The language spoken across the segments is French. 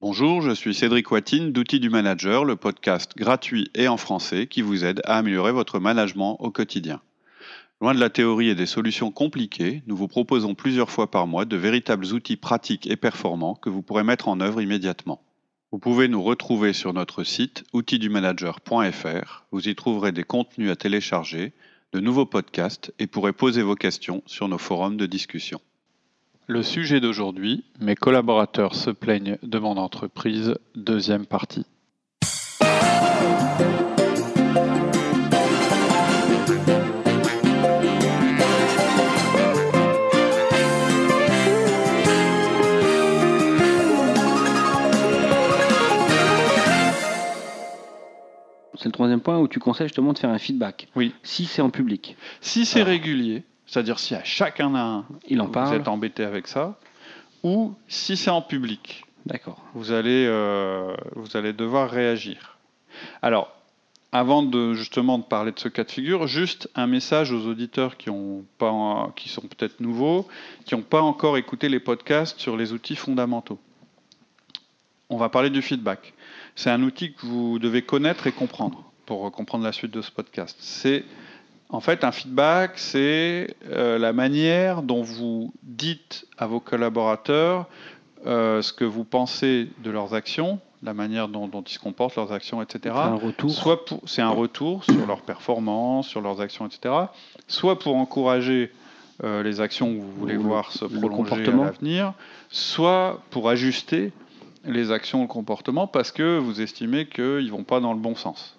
Bonjour, je suis Cédric Watine d'Outils du Manager, le podcast gratuit et en français qui vous aide à améliorer votre management au quotidien. Loin de la théorie et des solutions compliquées, nous vous proposons plusieurs fois par mois de véritables outils pratiques et performants que vous pourrez mettre en œuvre immédiatement. Vous pouvez nous retrouver sur notre site outildumanager.fr. Vous y trouverez des contenus à télécharger, de nouveaux podcasts et pourrez poser vos questions sur nos forums de discussion. Le sujet d'aujourd'hui, mes collaborateurs se plaignent de mon entreprise, deuxième partie. C'est le troisième point où tu conseilles justement de faire un feedback. Oui. Si c'est en public. Si c'est régulier, c'est-à-dire si à chacun un, il en parle. Vous êtes embêté avec ça, ou si c'est en public. D'accord. Vous allez devoir réagir. Alors, avant de parler de ce cas de figure, juste un message aux auditeurs qui sont peut-être nouveaux, qui n'ont pas encore écouté les podcasts sur les outils fondamentaux. On va parler du feedback. C'est un outil que vous devez connaître et comprendre pour comprendre la suite de ce podcast. En fait, un feedback, c'est la manière dont vous dites à vos collaborateurs ce que vous pensez de leurs actions, la manière dont ils se comportent, leurs actions, etc. C'est un retour. C'est un retour sur leurs performances, sur leurs actions, etc. Soit pour encourager les actions que vous voulez voir se prolonger à l'avenir, soit pour ajuster les actions, le comportement, parce que vous estimez qu'ils ne vont pas dans le bon sens.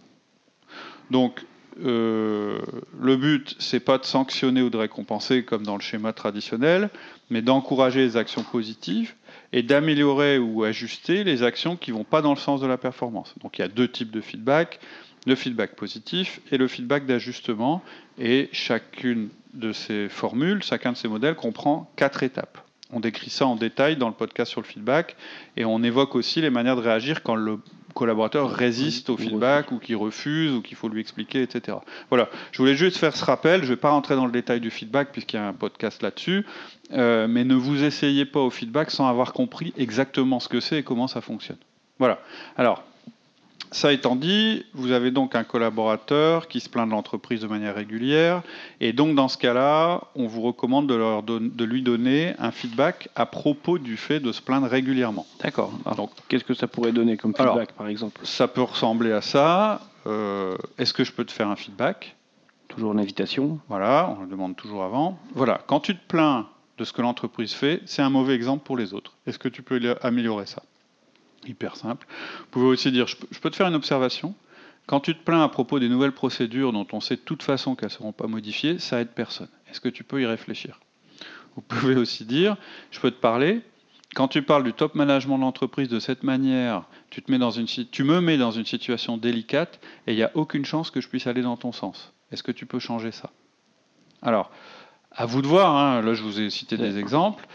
Donc, le but, c'est pas de sanctionner ou de récompenser comme dans le schéma traditionnel, mais d'encourager les actions positives et d'améliorer ou ajuster les actions qui vont pas dans le sens de la performance. Donc il y a deux types de feedback, le feedback positif et le feedback d'ajustement, et chacune de ces formules, chacun de ces modèles comprend 4 étapes. On décrit ça en détail dans le podcast sur le feedback, et on évoque aussi les manières de réagir quand le collaborateur résiste au feedback ou qu'il refuse ou qu'il faut lui expliquer, etc. Voilà, je voulais juste faire ce rappel, je ne vais pas rentrer dans le détail du feedback puisqu'il y a un podcast là-dessus, mais ne vous essayez pas au feedback sans avoir compris exactement ce que c'est et comment ça fonctionne. Voilà, alors, ça étant dit, vous avez donc un collaborateur qui se plaint de l'entreprise de manière régulière, et donc dans ce cas-là, on vous recommande de lui donner un feedback à propos du fait de se plaindre régulièrement. D'accord. Donc, qu'est-ce que ça pourrait donner comme feedback, par exemple ? Ça peut ressembler à ça. Est-ce que je peux te faire un feedback ? Toujours une invitation. Voilà, on le demande toujours avant. Voilà, quand tu te plains de ce que l'entreprise fait, c'est un mauvais exemple pour les autres. Est-ce que tu peux améliorer ça ? Hyper simple. Vous pouvez aussi dire, je peux te faire une observation. Quand tu te plains à propos des nouvelles procédures dont on sait de toute façon qu'elles ne seront pas modifiées, ça aide personne. Est-ce que tu peux y réfléchir ? Vous pouvez aussi dire, je peux te parler, quand tu parles du top management de l'entreprise de cette manière, tu me mets dans une situation délicate et il n'y a aucune chance que je puisse aller dans ton sens. Est-ce que tu peux changer ça ? Alors, à vous de voir, hein, là je vous ai cité des exemples.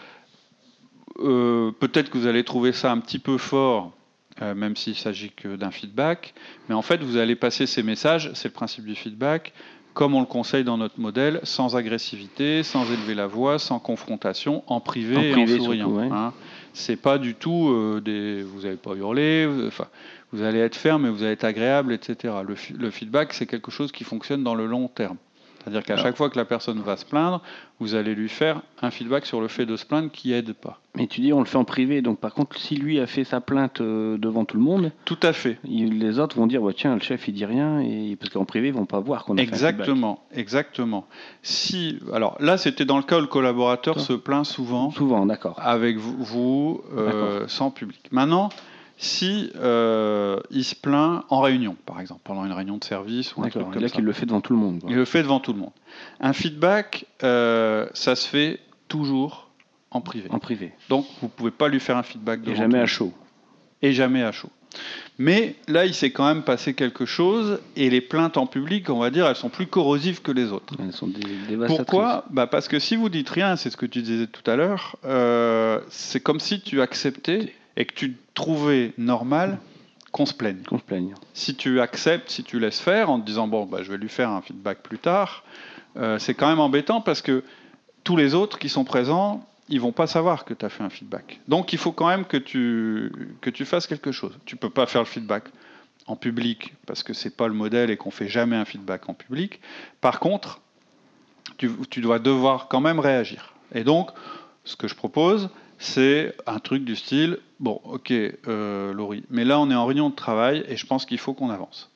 Peut-être que vous allez trouver ça un petit peu fort, même s'il ne s'agit que d'un feedback, mais en fait vous allez passer ces messages, c'est le principe du feedback, comme on le conseille dans notre modèle, sans agressivité, sans élever la voix, sans confrontation, en privé et en souriant. Surtout, ouais. Hein. C'est pas du tout vous n'allez pas hurler, vous allez être ferme, mais vous allez être agréable, etc. Le feedback, c'est quelque chose qui fonctionne dans le long terme. C'est-à-dire qu'à chaque fois que la personne va se plaindre, vous allez lui faire un feedback sur le fait de se plaindre qui aide pas. Mais tu dis on le fait en privé, donc par contre si lui a fait sa plainte devant tout le monde, tout à fait. Les autres vont dire tiens le chef il dit rien, et parce qu'en privé ils vont pas voir qu'on a fait un feedback. Exactement. Alors là c'était dans le cas où le collaborateur se plaint souvent. Souvent, d'accord. Avec vous sans public. Maintenant, si il se plaint en réunion, par exemple, pendant une réunion de service ou un truc comme ça. Là qu'il le fait devant tout le monde. Il le fait devant tout le monde. Un feedback, ça se fait toujours en privé. En privé. Donc, vous ne pouvez pas lui faire un feedback devant tout le monde. Et jamais à chaud. Mais là, il s'est quand même passé quelque chose, et les plaintes en public, on va dire, elles sont plus corrosives que les autres. Elles sont dévastatrices. Pourquoi ? Parce que si vous dites rien, c'est ce que tu disais tout à l'heure, c'est comme si tu acceptais et que tu trouvais normal qu'on se plaigne. Si tu acceptes, si tu laisses faire en te disant je vais lui faire un feedback plus tard, c'est quand même embêtant parce que tous les autres qui sont présents, ils vont pas savoir que tu as fait un feedback. Donc il faut quand même que tu fasses quelque chose. Tu peux pas faire le feedback en public parce que c'est pas le modèle et qu'on fait jamais un feedback en public. Par contre, tu dois devoir quand même réagir. Et donc, ce que je propose, c'est un truc du style, bon, ok, Laurie, mais là on est en réunion de travail et je pense qu'il faut qu'on avance.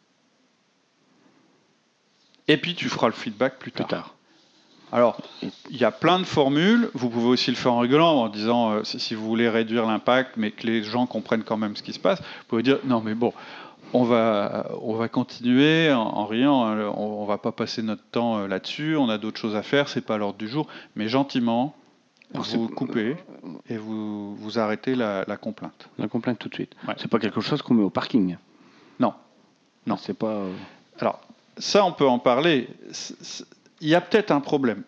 Et puis tu feras le feedback plus tard. Alors, il y a plein de formules. Vous pouvez aussi le faire en rigolant, en disant, si vous voulez réduire l'impact, mais que les gens comprennent quand même ce qui se passe, vous pouvez dire, non mais bon, on va continuer en riant, on va pas passer notre temps là-dessus, on a d'autres choses à faire, c'est pas à l'ordre du jour, mais gentiment, vous coupez et vous arrêtez la complainte. La complainte tout de suite. Ouais. C'est pas quelque chose qu'on met au parking. Non. C'est pas... Alors, ça on peut en parler. Il y a peut-être un problème.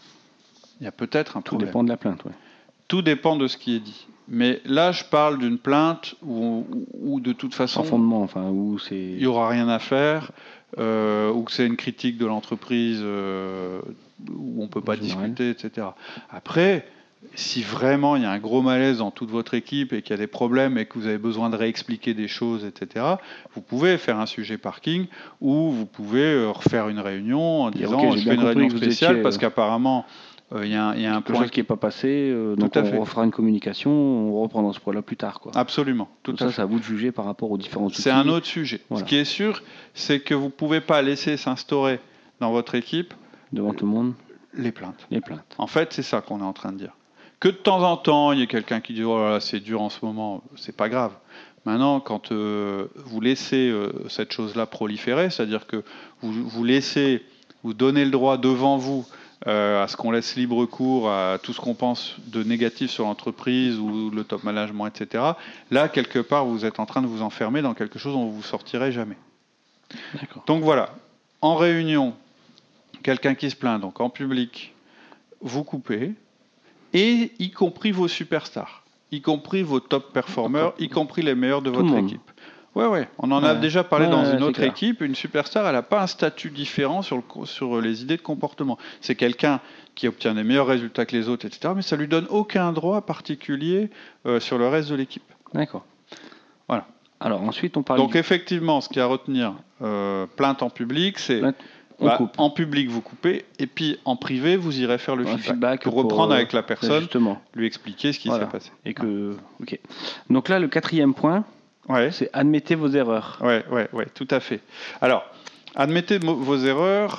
Tout dépend de la plainte, oui. Tout dépend de ce qui est dit. Mais là, je parle d'une plainte où de toute façon... Sans fondement, enfin, où c'est... Il n'y aura rien à faire, ou que c'est une critique de l'entreprise où on ne peut pas discuter, etc. Après, si vraiment il y a un gros malaise dans toute votre équipe et qu'il y a des problèmes et que vous avez besoin de réexpliquer des choses, etc., vous pouvez faire un sujet parking ou vous pouvez refaire une réunion en disant je fais une réunion spéciale parce qu'apparemment il y a un point qui n'est pas passé, donc on refera une communication, on reprendra ce point-là plus tard, quoi. Absolument. Tout ça, c'est à vous de juger par rapport aux différents outils. C'est un autre sujet. Voilà. Ce qui est sûr, c'est que vous ne pouvez pas laisser s'instaurer dans votre équipe devant tout le monde les plaintes. En fait, c'est ça qu'on est en train de dire. Que de temps en temps, il y ait quelqu'un qui dit « Oh là là, c'est dur en ce moment », c'est pas grave. Maintenant, quand vous laissez cette chose-là proliférer, c'est-à-dire que vous donnez le droit devant vous à ce qu'on laisse libre cours à tout ce qu'on pense de négatif sur l'entreprise ou le top management, etc., là, quelque part, vous êtes en train de vous enfermer dans quelque chose dont vous ne sortirez jamais. D'accord. Donc voilà, en réunion, quelqu'un qui se plaint, donc en public, vous coupez, et y compris vos superstars, y compris vos top performers, y compris les meilleurs de votre équipe. Ouais, on en a déjà parlé dans une autre équipe. Une superstar, elle n'a pas un statut différent sur les idées de comportement. C'est quelqu'un qui obtient des meilleurs résultats que les autres, etc., mais ça lui donne aucun droit particulier sur le reste de l'équipe. D'accord. Voilà. Alors ensuite, on parle... Donc effectivement, ce qu'il y a à retenir, plainte en public, c'est... en public, vous coupez, et puis en privé, vous irez faire le feedback pour reprendre avec la personne, lui expliquer ce qui s'est passé. Et ok. Donc là, le 4e point, c'est admettez vos erreurs. Ouais, tout à fait. Alors, admettez vos erreurs.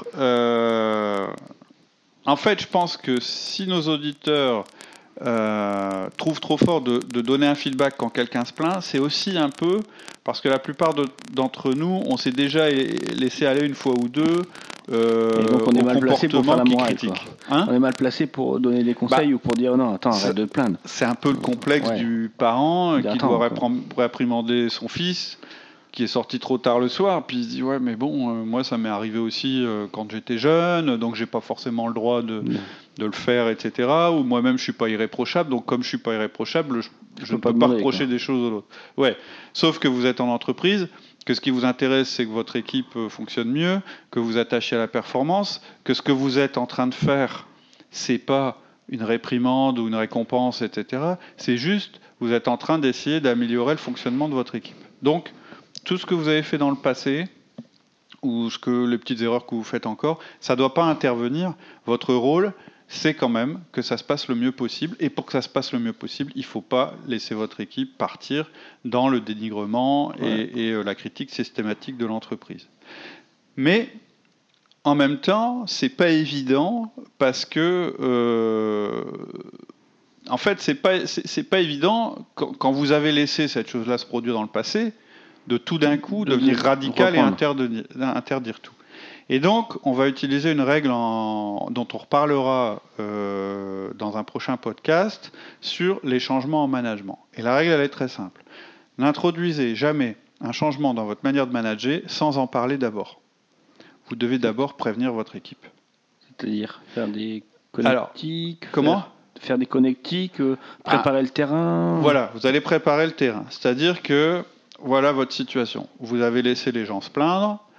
En fait, je pense que si nos auditeurs trouvent trop fort de donner un feedback quand quelqu'un se plaint, c'est aussi un peu parce que la plupart d'entre nous, on s'est déjà laissé aller une fois ou deux. Et donc on est mal placé pour faire la morale. On est mal placé pour donner des conseils ou pour dire non, attends, arrête de te plaindre. C'est un peu le complexe du parent qui doit réprimander son fils, qui est sorti trop tard le soir, puis il se dit ouais mais bon, moi ça m'est arrivé aussi quand j'étais jeune, donc j'ai pas forcément le droit de le faire, etc. Ou moi-même je suis pas irréprochable, donc comme je suis pas irréprochable, je ne peux pas reprocher des choses aux autres. Ouais, sauf que vous êtes en entreprise, que ce qui vous intéresse, c'est que votre équipe fonctionne mieux, que vous attachez à la performance, que ce que vous êtes en train de faire, c'est pas une réprimande ou une récompense, etc. C'est juste, vous êtes en train d'essayer d'améliorer le fonctionnement de votre équipe. Donc, tout ce que vous avez fait dans le passé, ou les petites erreurs que vous faites encore, ça ne doit pas intervenir. Votre rôle, c'est quand même que ça se passe le mieux possible. Et pour que ça se passe le mieux possible, il ne faut pas laisser votre équipe partir dans le dénigrement et la critique systématique de l'entreprise. Mais en même temps, c'est pas évident parce que, en fait, c'est pas évident quand vous avez laissé cette chose-là se produire dans le passé, de tout d'un coup devenir radical et interdire tout. Et donc, on va utiliser une règle dont on reparlera dans un prochain podcast sur les changements en management. Et la règle, elle est très simple. N'introduisez jamais un changement dans votre manière de manager sans en parler d'abord. Vous devez d'abord prévenir votre équipe. C'est-à-dire faire des connectiques. Comment ? Faire des connectiques, préparer le terrain. Voilà, vous allez préparer le terrain. C'est-à-dire que, voilà votre situation. Vous avez laissé les gens se plaindre.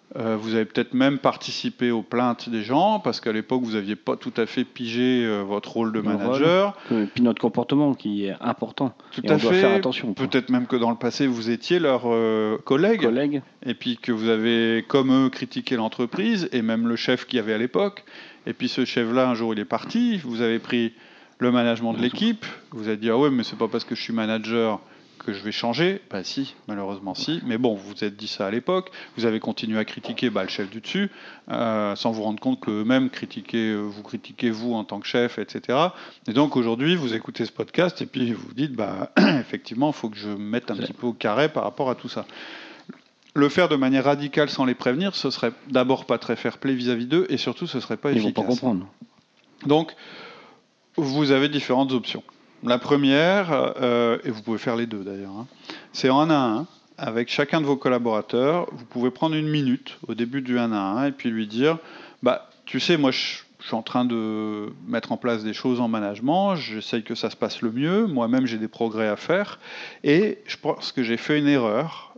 Vous avez peut-être même participé aux plaintes des gens, parce qu'à l'époque, vous n'aviez pas tout à fait pigé votre rôle de manager. Et puis notre comportement qui est important. Tout à fait. On doit faire attention. Peut-être même que dans le passé, vous étiez leur collègue. Et puis que vous avez, comme eux, critiqué l'entreprise, et même le chef qu'il y avait à l'époque. Et puis ce chef-là, un jour, il est parti. Vous avez pris le management de l'équipe. Vous avez dit, ah ouais, mais c'est pas parce que je suis manager que je vais changer. Ben si, malheureusement si. Mais bon, vous vous êtes dit ça à l'époque. Vous avez continué à critiquer le chef du dessus, sans vous rendre compte qu'eux-mêmes vous critiquez vous en tant que chef, etc. Et donc aujourd'hui, vous écoutez ce podcast et puis vous dites, effectivement, il faut que je me mette un petit peu au carré par rapport à tout ça. Le faire de manière radicale sans les prévenir, ce serait d'abord pas très fair-play vis-à-vis d'eux et surtout, ce serait pas efficace. Ils vont pas comprendre. Donc, vous avez différentes options. La première, et vous pouvez faire les deux d'ailleurs, c'est en 1 à 1, avec chacun de vos collaborateurs. Vous pouvez prendre 1 minute au début du 1 à 1 et puis lui dire, tu sais, moi je suis en train de mettre en place des choses en management, j'essaye que ça se passe le mieux, moi-même j'ai des progrès à faire, et je pense que j'ai fait une erreur,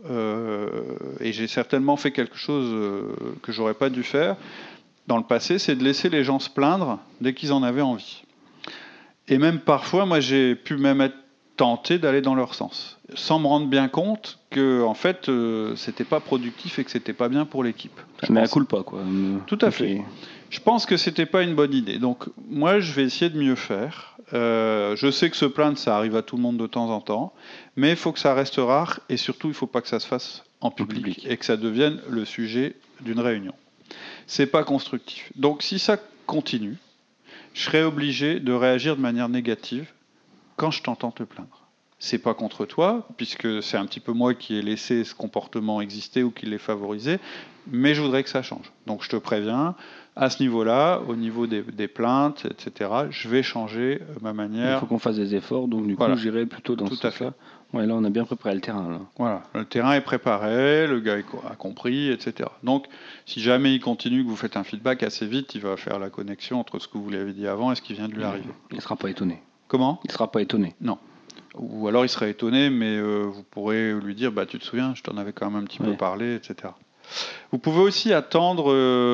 et j'ai certainement fait quelque chose que j'aurais pas dû faire dans le passé, c'est de laisser les gens se plaindre dès qu'ils en avaient envie. Et même parfois, moi, j'ai pu même être tenté d'aller dans leur sens, sans me rendre bien compte que, en fait, c'était pas productif et que c'était pas bien pour l'équipe. Mais à culpa, quoi. Tout à fait. Je pense que c'était pas une bonne idée. Donc, moi, je vais essayer de mieux faire. Je sais que se plaindre, ça arrive à tout le monde de temps en temps, mais il faut que ça reste rare et surtout, il faut pas que ça se fasse en public et que ça devienne le sujet d'une réunion. C'est pas constructif. Donc, si ça continue, je serais obligé de réagir de manière négative quand je t'entends te plaindre. C'est pas contre toi, puisque c'est un petit peu moi qui ai laissé ce comportement exister ou qui l'ai favorisé, mais je voudrais que ça change. Donc je te préviens, à ce niveau-là, au niveau des plaintes, etc., je vais changer ma manière. Il faut qu'on fasse des efforts, donc du coup, j'irai plutôt dans ce sens-là. Ouais, là, on a bien préparé le terrain. Là. Voilà, le terrain est préparé, le gars a compris, etc. Donc, si jamais il continue, que vous faites un feedback assez vite, il va faire la connexion entre ce que vous lui avez dit avant et ce qui vient de lui arriver. Il ne sera pas étonné. Comment ? Il ne sera pas étonné. Non. Ou alors il serait étonné, mais vous pourrez lui dire, tu te souviens, je t'en avais quand même un petit peu parlé, etc. Vous pouvez aussi attendre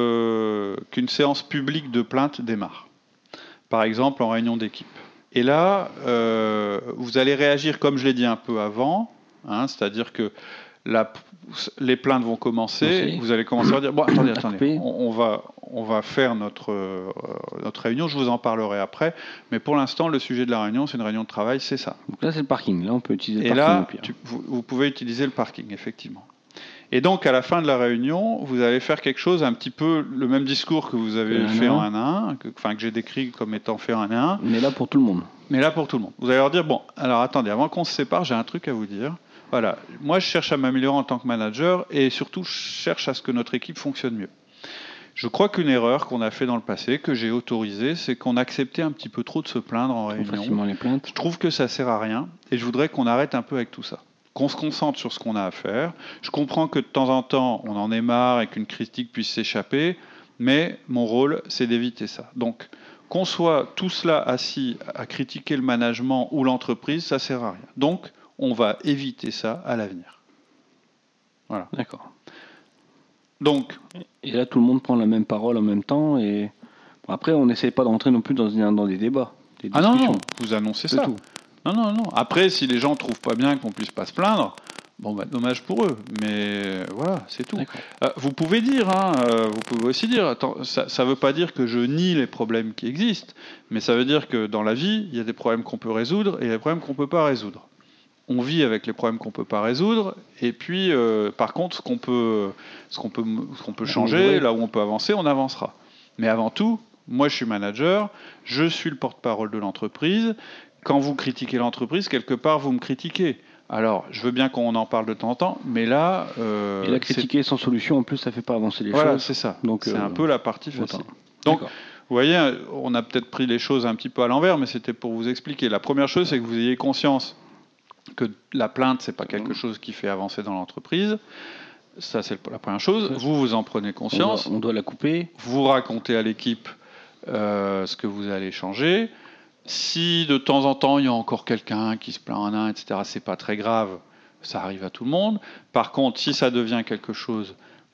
qu'une séance publique de plainte démarre. Par exemple, en réunion d'équipe. Et là, vous allez réagir comme je l'ai dit un peu avant, c'est-à-dire que les plaintes vont commencer, vous allez commencer à dire, attendez, on va faire notre réunion, je vous en parlerai après, mais pour l'instant, le sujet de la réunion, c'est une réunion de travail, c'est ça. Donc là, c'est le parking, là on peut utiliser le parking. Et là, vous pouvez utiliser le parking, effectivement. Et donc, à la fin de la réunion, vous allez faire quelque chose, un petit peu le même discours que vous avez fait en 1 à 1, que j'ai décrit comme étant fait en 1 à 1. Mais là, pour tout le monde. Vous allez leur dire, alors attendez, avant qu'on se sépare, j'ai un truc à vous dire. Voilà, moi je cherche à m'améliorer en tant que manager et surtout je cherche à ce que notre équipe fonctionne mieux. Je crois qu'une erreur qu'on a fait dans le passé, que j'ai autorisée, c'est qu'on acceptait un petit peu trop de se plaindre en réunion. Facilement les plaintes. Je trouve que ça sert à rien et je voudrais qu'on arrête un peu avec tout ça. Qu'on se concentre sur ce qu'on a à faire. Je comprends que de temps en temps, on en est marre et qu'une critique puisse s'échapper, mais mon rôle, c'est d'éviter ça. Donc, qu'on soit tous là assis à critiquer le management ou l'entreprise, ça sert à rien. Donc, on va éviter ça à l'avenir. Voilà. D'accord. Donc. Et là, tout le monde prend la même parole en même temps et après, on n'essaie pas d'entrer non plus dans des débats, des discussions. Non, vous annoncez ça. Tout. Non. Après, si les gens trouvent pas bien qu'on puisse pas se plaindre, dommage pour eux. Mais voilà, c'est tout. Vous pouvez dire, vous pouvez aussi dire, attends, ça veut pas dire que je nie les problèmes qui existent, mais ça veut dire que dans la vie, il y a des problèmes qu'on peut résoudre et il y a des problèmes qu'on peut pas résoudre. On vit avec les problèmes qu'on peut pas résoudre, et puis, par contre, ce qu'on peut changer, là où on peut avancer, on avancera. Mais avant tout, moi, je suis manager, je suis le porte-parole de l'entreprise. Quand vous critiquez l'entreprise, quelque part, vous me critiquez. Alors, je veux bien qu'on en parle de temps en temps, mais là... et la critiquer sans solution, en plus, ça fait pas avancer les choses. Voilà, c'est ça. Donc, c'est un peu la partie facile. Donc, vous voyez, on a peut-être pris les choses un petit peu à l'envers, mais c'était pour vous expliquer. La première chose, c'est que vous ayez conscience que la plainte, c'est pas quelque chose qui fait avancer dans l'entreprise. Ça, c'est la première chose. Vous en prenez conscience. On doit la couper. Vous racontez à l'équipe ce que vous allez changer. Si de temps en temps, il y a encore quelqu'un qui se plaint en un, etc., c'est pas très grave. Ça arrive à tout le monde. Par contre, si ça devient quelque chose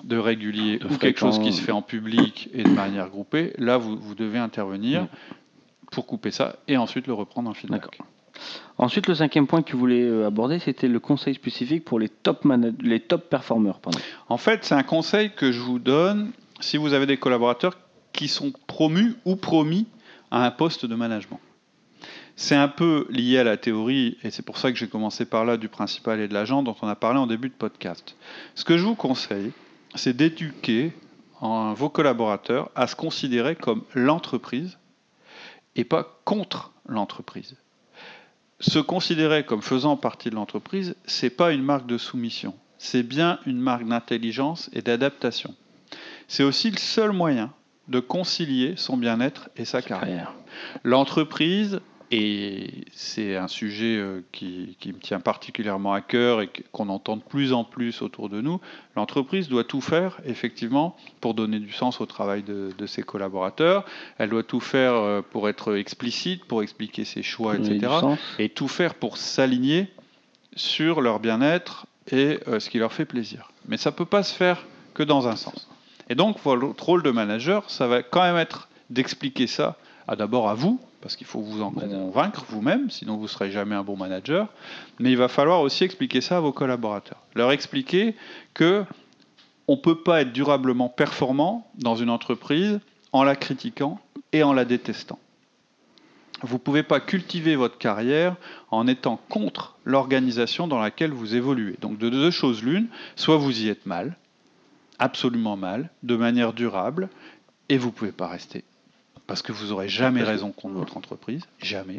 de régulier ou quelque chose qui se fait en public et de manière groupée, là, vous devez intervenir pour couper ça et ensuite le reprendre en feedback. D'accord. Ensuite, le 5e point que tu voulais aborder, c'était le conseil spécifique pour les top performeurs. En fait, c'est un conseil que je vous donne si vous avez des collaborateurs qui sont promus ou promis à un poste de management. C'est un peu lié à la théorie, et c'est pour ça que j'ai commencé par là, du principal et de l'agent, dont on a parlé en début de podcast. Ce que je vous conseille, c'est d'éduquer vos collaborateurs à se considérer comme l'entreprise et pas contre l'entreprise. Se considérer comme faisant partie de l'entreprise, c'est pas une marque de soumission, c'est bien une marque d'intelligence et d'adaptation. C'est aussi le seul moyen de concilier son bien-être et sa carrière. L'entreprise, et c'est un sujet qui me tient particulièrement à cœur et qu'on entend de plus en plus autour de nous, l'entreprise doit tout faire, effectivement, pour donner du sens au travail de ses collaborateurs. Elle doit tout faire pour être explicite, pour expliquer ses choix, etc. Et tout faire pour s'aligner sur leur bien-être et ce qui leur fait plaisir. Mais ça ne peut pas se faire que dans un sens. Et donc, votre rôle de manager, ça va quand même être d'expliquer ça d'abord à vous, parce qu'il faut vous en convaincre vous-même, sinon vous ne serez jamais un bon manager, mais il va falloir aussi expliquer ça à vos collaborateurs. Leur expliquer qu'on ne peut pas être durablement performant dans une entreprise en la critiquant et en la détestant. Vous ne pouvez pas cultiver votre carrière en étant contre l'organisation dans laquelle vous évoluez. Donc de deux choses l'une, soit vous y êtes mal, absolument mal, de manière durable, et vous ne pouvez pas rester. Parce que vous n'aurez jamais raison contre votre entreprise, jamais.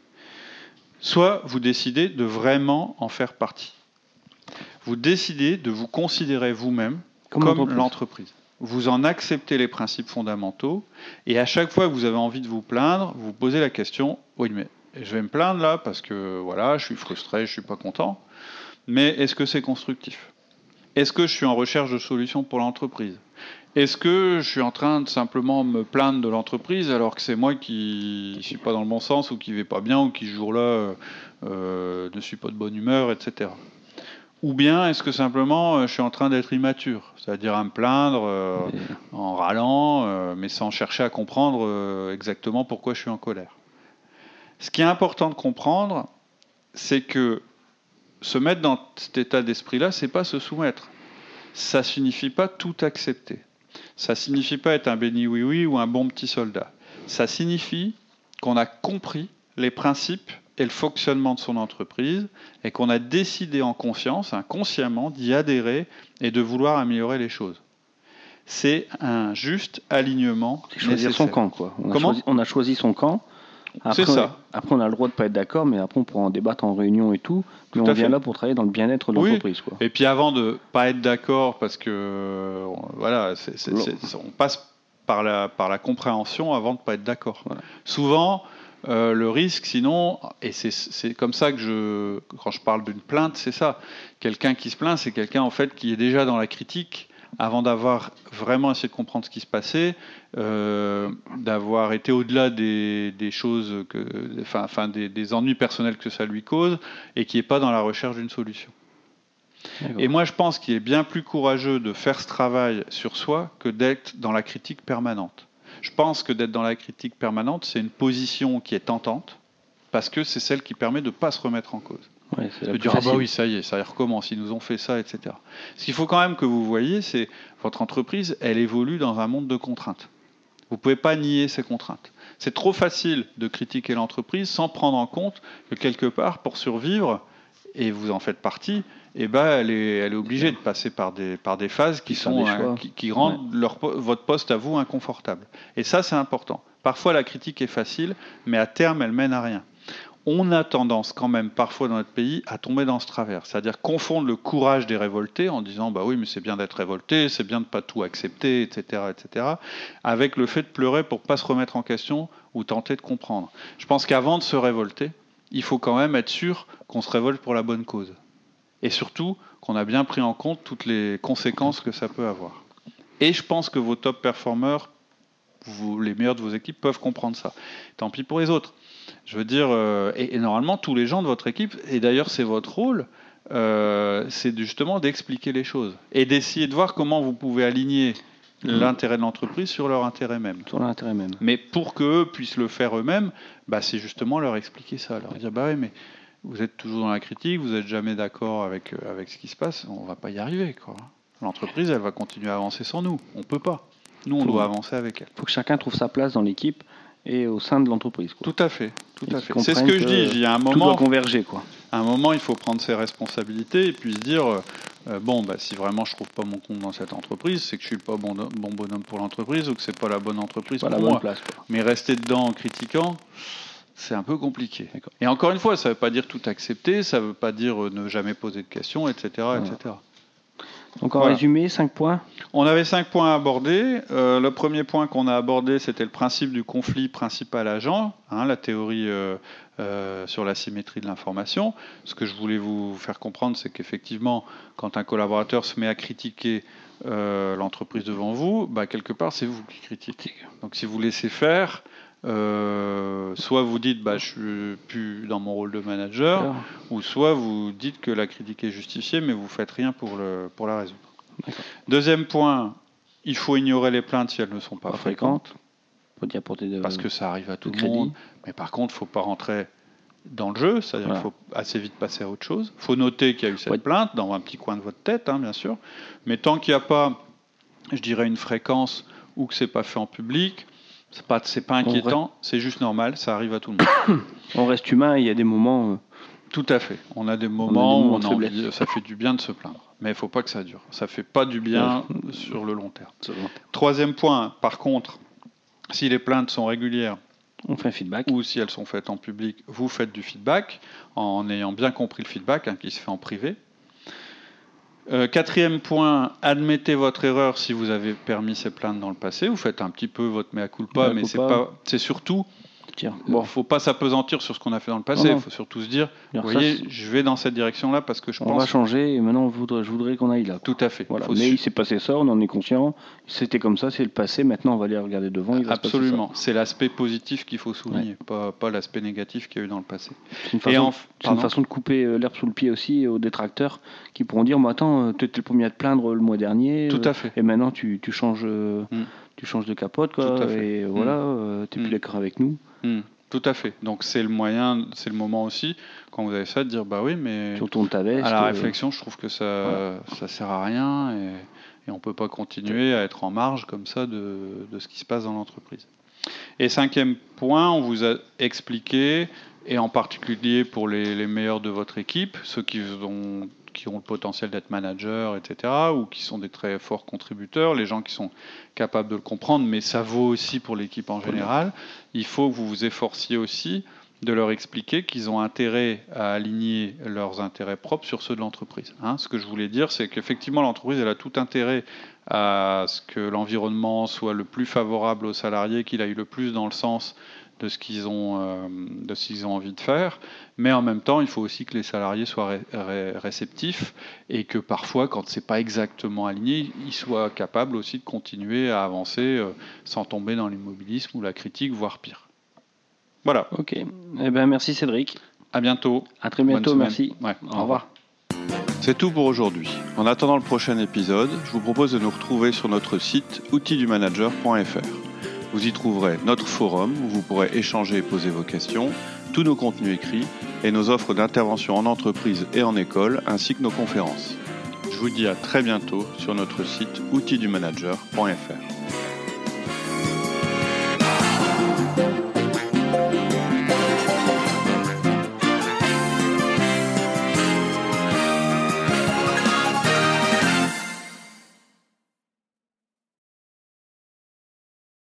Soit vous décidez de vraiment en faire partie. Vous décidez de vous considérer vous-même comme l'entreprise. Vous en acceptez les principes fondamentaux, et à chaque fois que vous avez envie de vous plaindre, vous posez la question, oui, mais je vais me plaindre là, parce que voilà, je suis frustré, je ne suis pas content, mais est-ce que c'est constructif ? Est-ce que je suis en recherche de solutions pour l'entreprise ? Est-ce que je suis en train de simplement me plaindre de l'entreprise alors que c'est moi qui ne suis pas dans le bon sens ou qui ne vais pas bien ou qui ce jour-là ne suis pas de bonne humeur, etc. Ou bien est-ce que simplement je suis en train d'être immature, c'est-à-dire à me plaindre en râlant, mais sans chercher à comprendre exactement pourquoi je suis en colère. Ce qui est important de comprendre, c'est que se mettre dans cet état d'esprit-là, c'est pas se soumettre. Ça signifie pas tout accepter. Ça signifie pas être un béni oui-oui ou un bon petit soldat. Ça signifie qu'on a compris les principes et le fonctionnement de son entreprise et qu'on a décidé en conscience, inconsciemment, d'y adhérer et de vouloir améliorer les choses. C'est un juste alignement nécessaire. Choisir son camp, quoi. On a choisi son camp. Après, c'est ça. Après, on a le droit de ne pas être d'accord, mais après, on pourra en débattre en réunion et tout. Mais on vient là pour travailler dans le bien-être de l'entreprise. Quoi. Et puis avant de ne pas être d'accord, parce que voilà, on passe par la compréhension avant de ne pas être d'accord. Voilà. Souvent, le risque, sinon, et c'est comme ça que quand je parle d'une plainte, c'est ça. Quelqu'un qui se plaint, c'est quelqu'un en fait qui est déjà dans la critique avant d'avoir vraiment essayé de comprendre ce qui se passait, d'avoir été au-delà des choses, des ennuis personnels que ça lui cause, et qui n'est pas dans la recherche d'une solution. D'accord. Et moi, je pense qu'il est bien plus courageux de faire ce travail sur soi que d'être dans la critique permanente. Je pense que d'être dans la critique permanente, c'est une position qui est tentante, parce que c'est celle qui permet de ne pas se remettre en cause. Ouais, de dire, ah bah oui, ça y est, ça recommence, ils nous ont fait ça, etc. Ce qu'il faut quand même que vous voyez, c'est votre entreprise, elle évolue dans un monde de contraintes. Vous ne pouvez pas nier ces contraintes. C'est trop facile de critiquer l'entreprise sans prendre en compte que quelque part, pour survivre, et vous en faites partie, elle est obligée de passer par des phases qui rendent votre poste à vous inconfortable. Et ça, c'est important. Parfois, la critique est facile, mais à terme, elle mène à rien. On a tendance quand même parfois dans notre pays à tomber dans ce travers, c'est-à-dire confondre le courage des révoltés en disant bah oui mais c'est bien d'être révolté, c'est bien de pas tout accepter, etc., avec le fait de pleurer pour pas se remettre en question ou tenter de comprendre. Je pense qu'avant de se révolter, il faut quand même être sûr qu'on se révolte pour la bonne cause et surtout qu'on a bien pris en compte toutes les conséquences que ça peut avoir. Et je pense que vos top performers, les meilleurs de vos équipes peuvent comprendre ça. Tant pis pour les autres. Je veux dire, et normalement, tous les gens de votre équipe, et d'ailleurs c'est votre rôle, c'est justement d'expliquer les choses et d'essayer de voir comment vous pouvez aligner l'intérêt de l'entreprise sur leur intérêt même. Sur leur intérêt même. Mais pour qu'eux puissent le faire eux-mêmes, c'est justement leur expliquer ça, leur dire oui, mais vous êtes toujours dans la critique, vous n'êtes jamais d'accord avec ce qui se passe, on ne va pas y arriver, quoi. L'entreprise, elle va continuer à avancer sans nous. On ne peut pas. Nous, on doit avancer avec elle. Il faut que chacun trouve sa place dans l'équipe et au sein de l'entreprise, quoi. Tout à fait. C'est ce que je dis. Il y a un moment, tout doit converger, quoi. À un moment, il faut prendre ses responsabilités et puis se dire si vraiment je trouve pas mon compte dans cette entreprise, c'est que je suis pas bon bonhomme pour l'entreprise ou que c'est pas la bonne entreprise pour moi. Place, quoi. Mais rester dedans en critiquant, c'est un peu compliqué. D'accord. Et encore une fois, ça ne veut pas dire tout accepter, ça ne veut pas dire ne jamais poser de questions, etc. etc. Donc en résumé, 5 points. On avait 5 points à aborder. Le premier point qu'on a abordé, c'était le principe du conflit principal-agent, la théorie sur la symétrie de l'information. Ce que je voulais vous faire comprendre, c'est qu'effectivement, quand un collaborateur se met à critiquer l'entreprise devant vous, quelque part, c'est vous qui critiquez. Donc si vous laissez faire, soit vous dites je suis plus dans mon rôle de manager, ou soit vous dites que la critique est justifiée, mais vous faites rien pour la résoudre. D'accord. Deuxième point, il faut ignorer les plaintes si elles ne sont pas fréquentes. Parce que ça arrive à tout le monde. Mais par contre, il ne faut pas rentrer dans le jeu, c'est-à-dire qu'il faut assez vite passer à autre chose. Il faut noter qu'il y a eu cette plainte dans un petit coin de votre tête, bien sûr. Mais tant qu'il n'y a pas, je dirais, une fréquence ou que c'est pas fait en public, c'est pas inquiétant, c'est juste normal, ça arrive à tout le monde. On reste humain, il y a des moments... Tout à fait. On a des moments où on a envie, ça fait du bien de se plaindre. Mais il ne faut pas que ça dure. Ça ne fait pas du bien sur le long terme. Troisième point, par contre, si les plaintes sont régulières, on fait un feedback. Ou si elles sont faites en public, vous faites du feedback, en ayant bien compris le feedback qui se fait en privé. Quatrième point, admettez votre erreur si vous avez permis ces plaintes dans le passé. Vous faites un petit peu votre mea culpa, mais c'est surtout... Il ne faut pas s'apesantir sur ce qu'on a fait dans le passé. Il faut surtout se dire, vous voyez, je vais dans cette direction-là parce que je pense... On va changer et maintenant, je voudrais qu'on aille là. Tout à fait. Voilà. Mais il s'est passé ça, on en est conscient. C'était comme ça, c'est le passé. Maintenant, on va aller regarder devant. Absolument. C'est l'aspect positif qu'il faut souligner, pas l'aspect négatif qu'il y a eu dans le passé. C'est une façon de couper l'herbe sous le pied aussi aux détracteurs qui pourront dire, attends, tu étais le premier à te plaindre le mois dernier. Tout à fait. Et maintenant, tu changes... Tu changes de capote, quoi, et voilà, tu n'es plus d'accord avec nous. Tout à fait. Donc c'est le moment aussi, quand vous avez ça, de dire oui, mais tu retournes ta veste, à la réflexion, je trouve que ça sert à rien et on peut pas continuer à être en marge comme ça de ce qui se passe dans l'entreprise. Et cinquième point, on vous a expliqué, et en particulier pour les meilleurs de votre équipe, ceux qui ont le potentiel d'être managers, etc., ou qui sont des très forts contributeurs, les gens qui sont capables de le comprendre, mais ça vaut aussi pour l'équipe en général. Il faut que vous vous efforciez aussi de leur expliquer qu'ils ont intérêt à aligner leurs intérêts propres sur ceux de l'entreprise. Ce que je voulais dire, c'est qu'effectivement, l'entreprise, elle a tout intérêt à ce que l'environnement soit le plus favorable aux salariés, qu'il aille le plus dans le sens de ce qu'ils ont envie de faire, mais en même temps, il faut aussi que les salariés soient réceptifs et que parfois, quand c'est pas exactement aligné, ils soient capables aussi de continuer à avancer sans tomber dans l'immobilisme ou la critique, voire pire. Voilà. Ok. Merci Cédric. À bientôt. À très bientôt. Merci. Au revoir. C'est tout pour aujourd'hui. En attendant le prochain épisode, je vous propose de nous retrouver sur notre site outildumanager.fr. Vous y trouverez notre forum où vous pourrez échanger et poser vos questions, tous nos contenus écrits et nos offres d'intervention en entreprise et en école, ainsi que nos conférences. Je vous dis à très bientôt sur notre site outildumanager.fr.